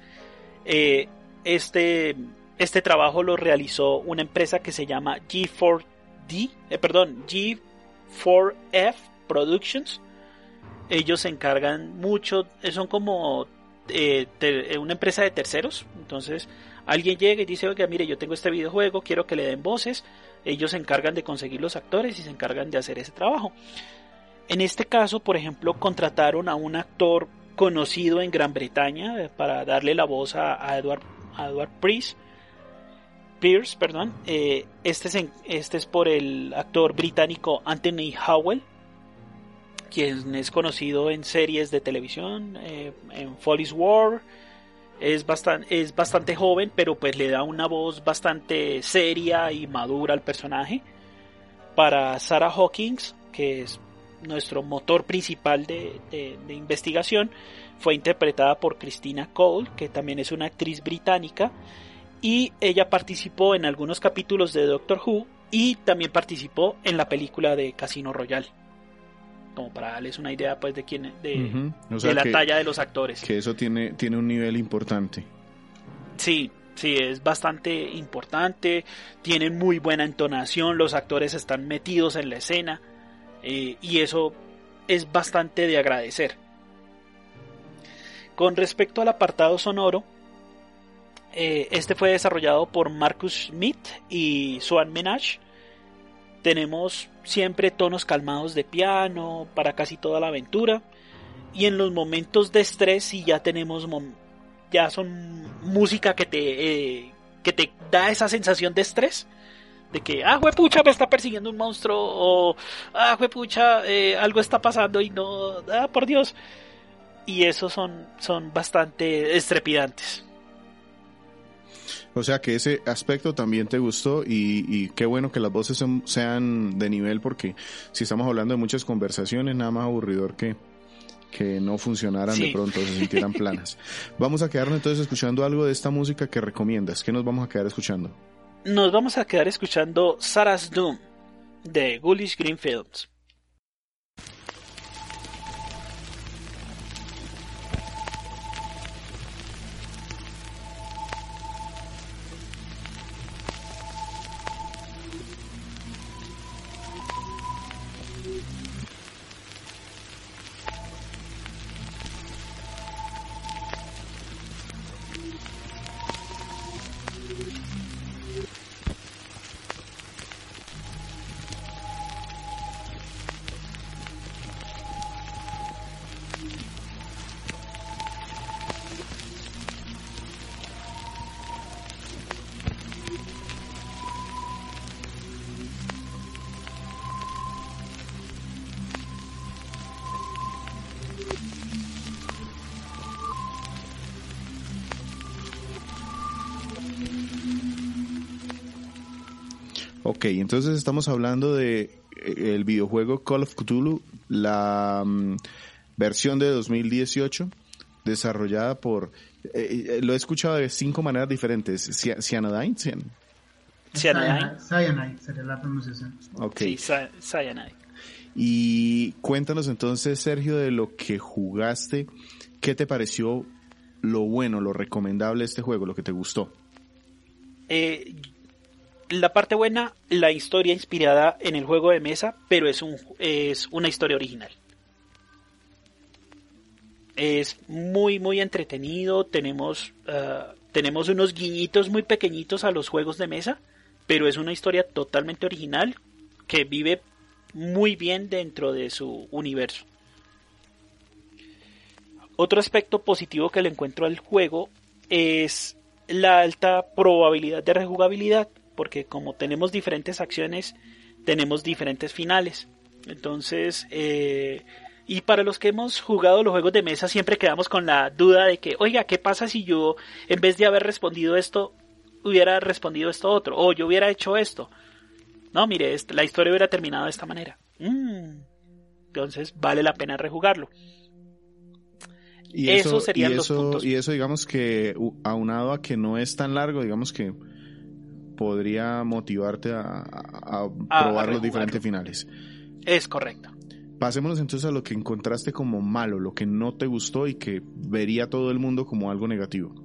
Este trabajo lo realizó una empresa que se llama G4F Productions. Ellos se encargan mucho, son como una empresa de terceros. Entonces alguien llega y dice, oiga, mire, yo tengo este videojuego, quiero que le den voces. Ellos se encargan de conseguir los actores y se encargan de hacer ese trabajo. En este caso, por ejemplo, contrataron a un actor conocido en Gran Bretaña para darle la voz a Edward Pierce. Este es por el actor británico Anthony Howell, quien es conocido en series de televisión, en Foley's War. Es bastante joven, pero pues le da una voz bastante seria y madura al personaje. Para Sarah Hawkins, que es nuestro motor principal de investigación, fue interpretada por Christina Cole, que también es una actriz británica, y ella participó en algunos capítulos de Doctor Who y también participó en la película de Casino Royale, como para darles una idea pues de quién o sea, de la talla de los actores. Que eso tiene un nivel importante. Sí, es bastante importante, tienen muy buena entonación, los actores están metidos en la escena. Y eso es bastante de agradecer. Con respecto al apartado sonoro, este fue desarrollado por Marcus Smith y Swan Menage. Tenemos siempre tonos calmados de piano para casi toda la aventura, y en los momentos de estrés sí ya tenemos ya son música que te da esa sensación de estrés, de que, juepucha, me está persiguiendo un monstruo, o, juepucha, algo está pasando y no, por Dios. Y esos son bastante estrepidantes. O sea que ese aspecto también te gustó, y qué bueno que las voces sean de nivel, porque si estamos hablando de muchas conversaciones, nada más aburridor que no funcionaran, sí. De pronto se sintieran planas. Vamos a quedarnos entonces escuchando algo de esta música que recomiendas. ¿Qué nos vamos a quedar escuchando? Nos vamos a quedar escuchando Sarah's Doom de Ghoulish Green Films. Ok, entonces estamos hablando de el videojuego Call of Cthulhu, la versión de 2018, desarrollada por, lo he escuchado de 5 maneras diferentes, Cyanide sería la pronunciación. Okay. Sí, Cyanide. Y cuéntanos entonces, Sergio, de lo que jugaste, ¿qué te pareció lo bueno, lo recomendable de este juego, lo que te gustó? La parte buena, la historia inspirada en el juego de mesa, pero es una historia original. Es muy muy entretenido. Tenemos unos guiñitos muy pequeñitos a los juegos de mesa, pero es una historia totalmente original que vive muy bien dentro de su universo. Otro aspecto positivo que le encuentro al juego es la alta probabilidad de rejugabilidad, porque como tenemos diferentes acciones, tenemos diferentes finales. Entonces, y para los que hemos jugado los juegos de mesa, siempre quedamos con la duda de que, oiga, ¿qué pasa si yo, en vez de haber respondido esto, hubiera respondido esto otro? O yo hubiera hecho esto. No, mire, la historia hubiera terminado de esta manera. Entonces, vale la pena rejugarlo. Y eso serían los puntos. Y eso, digamos que, aunado a que no es tan largo, digamos que podría motivarte a probar los diferentes finales. Es correcto. Pasémonos entonces a lo que encontraste como malo, lo que no te gustó y que vería todo el mundo como algo negativo.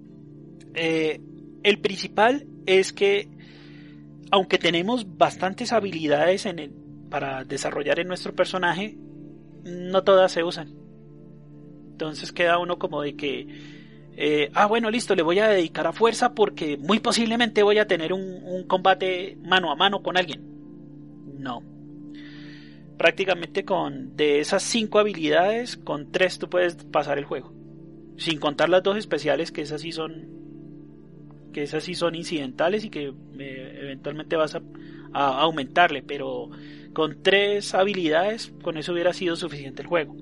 El principal es que, aunque tenemos bastantes habilidades para desarrollar en nuestro personaje, no todas se usan. Entonces queda uno como de que bueno, listo, le voy a dedicar a fuerza porque muy posiblemente voy a tener un combate mano a mano con alguien. No. Prácticamente de esas 5 habilidades, con 3 tú puedes pasar el juego. Sin contar las 2 especiales, que esas sí son incidentales y que eventualmente vas a aumentarle, pero con 3 habilidades, con eso hubiera sido suficiente el juego.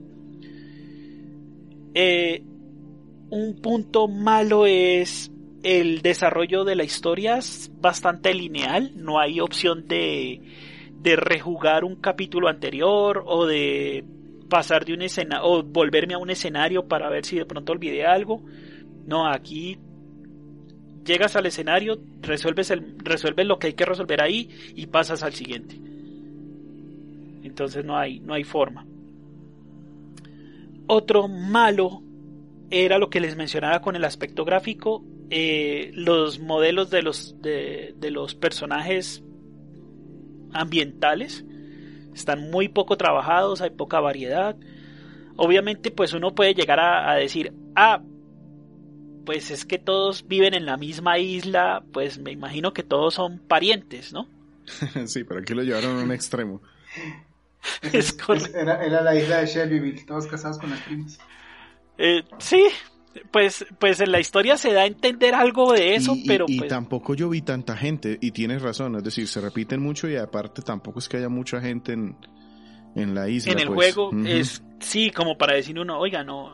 Un punto malo es el desarrollo de la historia, es bastante lineal, no hay opción de rejugar un capítulo anterior o de pasar de un escenario o volverme a un escenario para ver si de pronto olvidé algo. No, aquí llegas al escenario, resuelves lo que hay que resolver ahí y pasas al siguiente. Entonces no hay forma. Otro malo era lo que les mencionaba con el aspecto gráfico. Los modelos de los personajes ambientales están muy poco trabajados, hay poca variedad. Obviamente pues uno puede llegar a decir, pues es que todos viven en la misma isla, pues me imagino que todos son parientes, ¿no? Sí, pero aquí lo llevaron a un extremo. Es correcto. Era la isla de Shelbyville, todos casados con las primas. Sí, pues en la historia se da a entender algo de eso, pero pues... Y tampoco yo vi tanta gente, y tienes razón, es decir, se repiten mucho y aparte tampoco es que haya mucha gente en la isla. En el juego es, sí, como para decir uno, oiga, no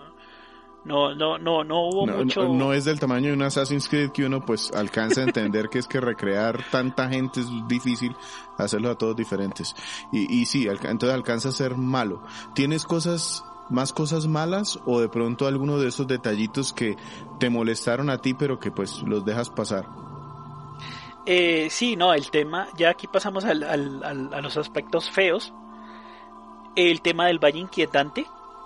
hubo mucho... No es del tamaño de un Assassin's Creed que uno pues alcanza a entender que es que recrear tanta gente es difícil, hacerlo a todos diferentes. Y sí, entonces alcanza a ser malo. ¿Tienes más cosas malas o de pronto alguno de esos detallitos que te molestaron a ti pero que pues los dejas pasar? Sí, no, el tema, ya aquí pasamos a los aspectos feos. El tema del Valle Inquietante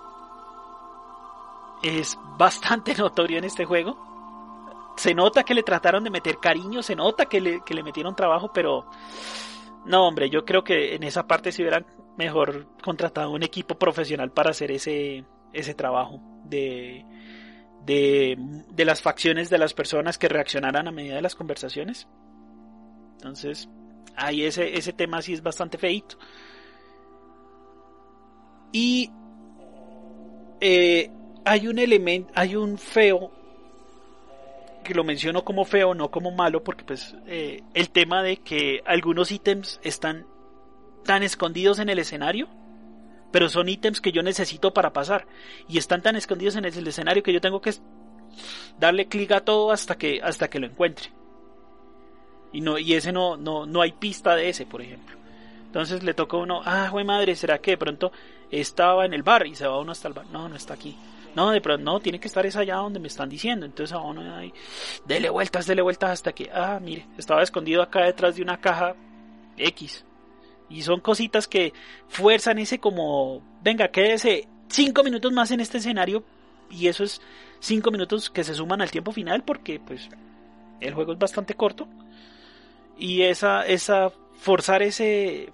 es bastante notorio en este juego. Se nota que le trataron de meter cariño, se nota que le metieron trabajo, pero no, hombre, yo creo que en esa parte se hubieran mejor contratado un equipo profesional para hacer ese trabajo de las facciones de las personas que reaccionaran a medida de las conversaciones. Entonces, ahí ese tema sí es bastante feíto. Y hay un feo, que lo menciono como feo, no como malo, porque pues el tema de que algunos ítems están tan escondidos en el escenario, pero son ítems que yo necesito para pasar, y están tan escondidos en el escenario que yo tengo que darle clic a todo hasta que lo encuentre. Y ese no hay pista de ese, por ejemplo. Entonces le toca a uno, güey madre, ¿será que de pronto estaba en el bar? Y se va uno hasta el bar, no está aquí. No, de pronto, no, tiene que estar esa allá donde me están diciendo. Entonces a uno ahí, dele vueltas hasta que, mire, estaba escondido acá detrás de una caja X. Y son cositas que fuerzan ese como, venga, quédese 5 minutos más en este escenario. Y eso es 5 minutos que se suman al tiempo final, porque pues el juego es bastante corto. Y forzar ese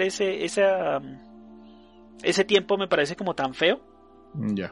tiempo me parece como tan feo. Ya.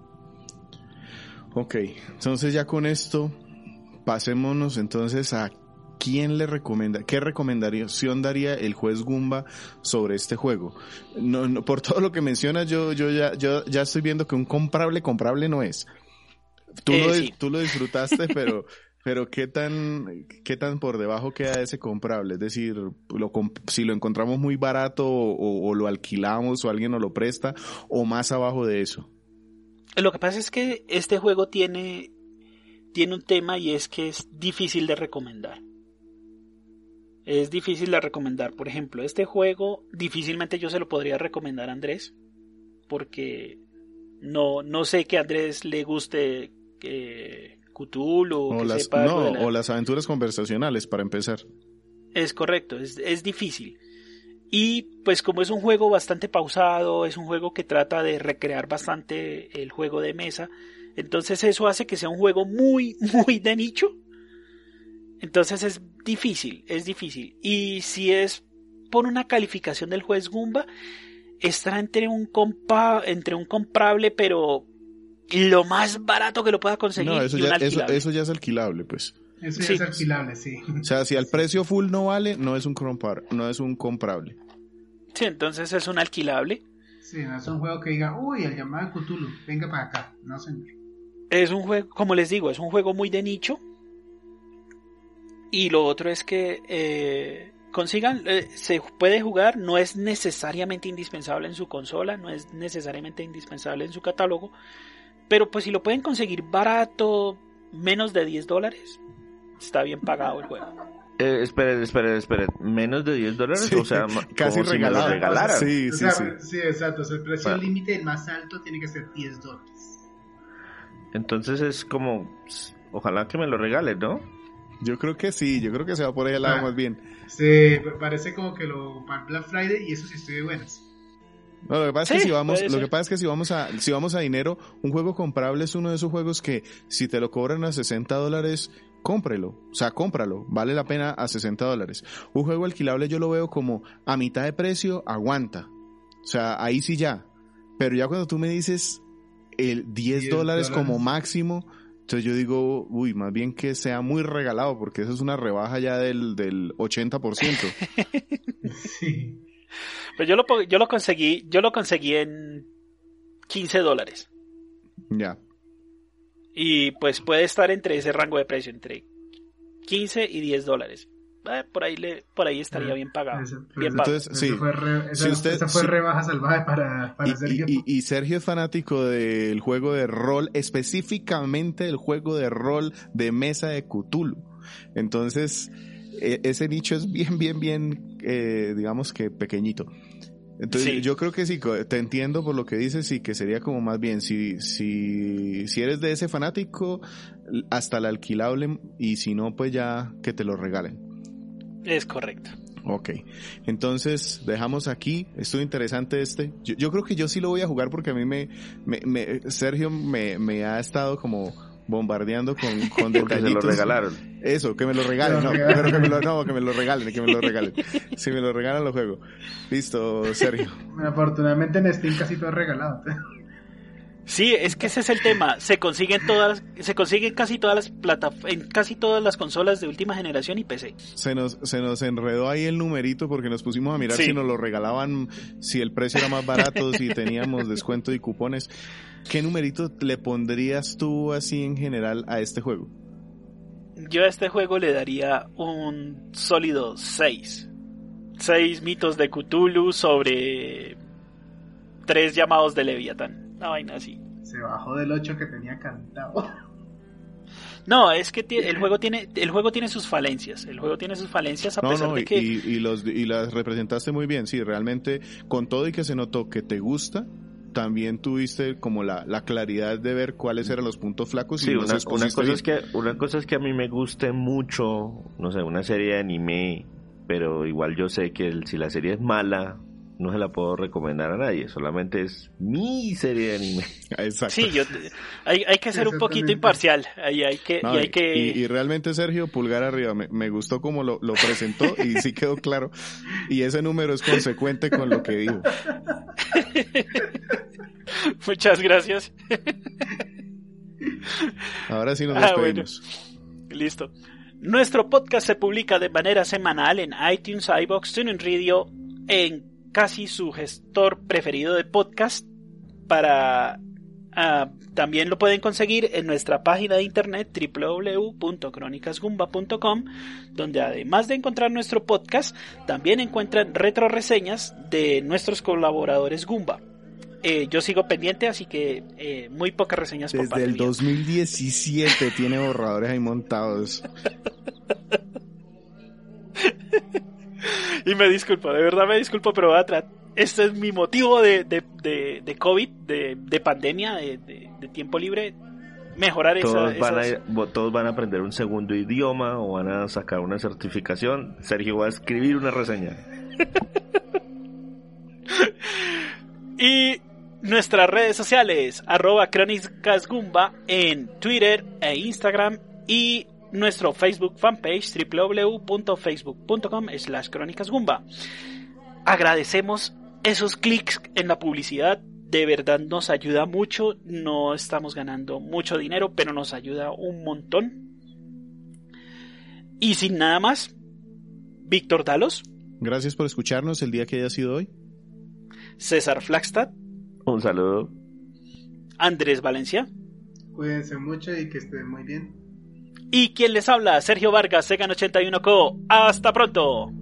Ok, entonces ya con esto pasémonos entonces a quién le recomienda, qué recomendación daría el juez Goomba sobre este juego. No, por todo lo que mencionas, yo ya estoy viendo que un comprable no es. Tú lo disfrutaste, pero qué tan por debajo queda ese comprable, es decir, si lo encontramos muy barato o lo alquilamos o alguien nos lo presta, o más abajo de eso. Lo que pasa es que este juego tiene un tema, y es que es difícil de recomendar. Es difícil de recomendar. Por ejemplo, este juego difícilmente yo se lo podría recomendar a Andrés, porque no sé que a Andrés le guste Cthulhu o las aventuras conversacionales, para empezar. Es correcto, es difícil. Y pues como es un juego bastante pausado, es un juego que trata de recrear bastante el juego de mesa, entonces eso hace que sea un juego muy, muy de nicho. Entonces es difícil. Y si es por una calificación del juez Goomba, estará entre un comprable, pero lo más barato que lo pueda conseguir. No, eso, y un eso ya es alquilable, pues. Eso ya es alquilable, sí. O sea, si al precio full no vale, no es un comprable. Sí, entonces es un alquilable. Sí, no es un juego que diga, uy, el llamado Cthulhu, venga para acá. No sé. Es un juego, como les digo, es un juego muy de nicho. Y lo otro es que consigan, se puede jugar, no es necesariamente indispensable en su consola, no es necesariamente indispensable en su catálogo, pero pues si lo pueden conseguir barato, menos de $10, está bien pagado el juego. Espere, ¿menos de $10? Sí, o sea, casi como regalado. Si me lo regalaran. Sí, sí, exacto. O sea, el precio límite más alto tiene que ser $10. Entonces es como, ojalá que me lo regalen, ¿no? Yo creo que sí, yo creo que se va por ahí al lado más bien. Sí, parece como que lo para Black Friday y eso sí estoy de buenas. No, lo que pasa es que si vamos a dinero, un juego comprable es uno de esos juegos que si te lo cobran a $60, cómprelo, o sea, cómpralo, vale la pena a $60. Un juego alquilable yo lo veo como a mitad de precio, aguanta, o sea, ahí sí ya, pero ya cuando tú me dices el $10 como máximo, entonces yo digo, uy, más bien que sea muy regalado, porque eso es una rebaja ya del 80%. Sí. Pues yo lo conseguí en $15. Ya. Y pues puede estar entre ese rango de precio, entre $15 y $10. Por ahí estaría bien pagado. Entonces, sí. Esa fue rebaja salvaje para Sergio. Y Sergio es fanático del juego de rol, específicamente el juego de rol de mesa de Cthulhu. Entonces, ese nicho es bien, digamos que pequeñito. Entonces, sí. Yo creo que sí, te entiendo por lo que dices y que sería como más bien, si eres de ese fanático, hasta el alquilable, y si no, pues ya que te lo regalen. Es correcto. Ok, entonces dejamos aquí, estuvo interesante yo creo que yo sí lo voy a jugar porque a mí Sergio me ha estado como bombardeando con detallitos. Porque se lo regalaron. Eso, que me lo regalen, que me lo regalen. Si me lo regalan lo juego. Listo, Sergio. Afortunadamente en Steam casi todo es regalado. Sí, es que ese es el tema. Se consiguen casi todas en casi todas las consolas de última generación y PC. Se nos enredó ahí el numerito porque nos pusimos a mirar si nos lo regalaban, si el precio era más barato, si teníamos descuento y cupones. ¿Qué numerito le pondrías tú así en general a este juego? Yo a este juego le daría un sólido 6. 6 mitos de Cthulhu sobre 3 llamados de Leviatán. Una vaina así. Se bajó del 8 que tenía cantado. No, es que el juego tiene sus falencias. El juego tiene sus falencias a pesar de que... Y las representaste muy bien, sí, realmente, con todo y que se notó que te gusta, también tuviste como la claridad de ver cuáles eran los puntos flacos. Sí, y una cosa es que a mí me guste mucho, no sé, una serie de anime, pero igual yo sé que si la serie es mala, no se la puedo recomendar a nadie, solamente es mi serie de anime. Exacto. Sí, hay que ser un poquito imparcial. Y realmente, Sergio, pulgar arriba, me gustó como lo presentó y sí quedó claro. Y ese número es consecuente con lo que dijo. Muchas gracias. Ahora sí nos despedimos. Bueno. Listo. Nuestro podcast se publica de manera semanal en iTunes, iVoox, TuneIn Radio, en casi su gestor preferido de podcast. También lo pueden conseguir en nuestra página de internet www.cronicasgumba.com, donde además de encontrar nuestro podcast, también encuentran retroreseñas de nuestros colaboradores Goomba. Yo sigo pendiente, así que muy pocas reseñas por parte mía. Desde el 2017 tiene borradores ahí montados. Y me disculpo, de verdad me disculpo, pero este es mi motivo de COVID, de pandemia, de tiempo libre, mejorar todos van a aprender un segundo idioma o van a sacar una certificación. Sergio va a escribir una reseña. Y nuestras redes sociales, @Crónicas Goomba en Twitter e Instagram, y nuestro Facebook fanpage www.facebook.com/Crónicas Goomba. agradecemos esos clics en la publicidad. De verdad nos ayuda mucho. No estamos ganando mucho dinero, pero nos ayuda un montón. Y sin nada más, Víctor Dalos. Gracias por escucharnos el día que haya sido hoy. César Flagstad. Un saludo. Andrés Valencia. Cuídense mucho y que estén muy bien. Y quien les habla, Sergio Vargas, Segan81 Co. ¡Hasta pronto!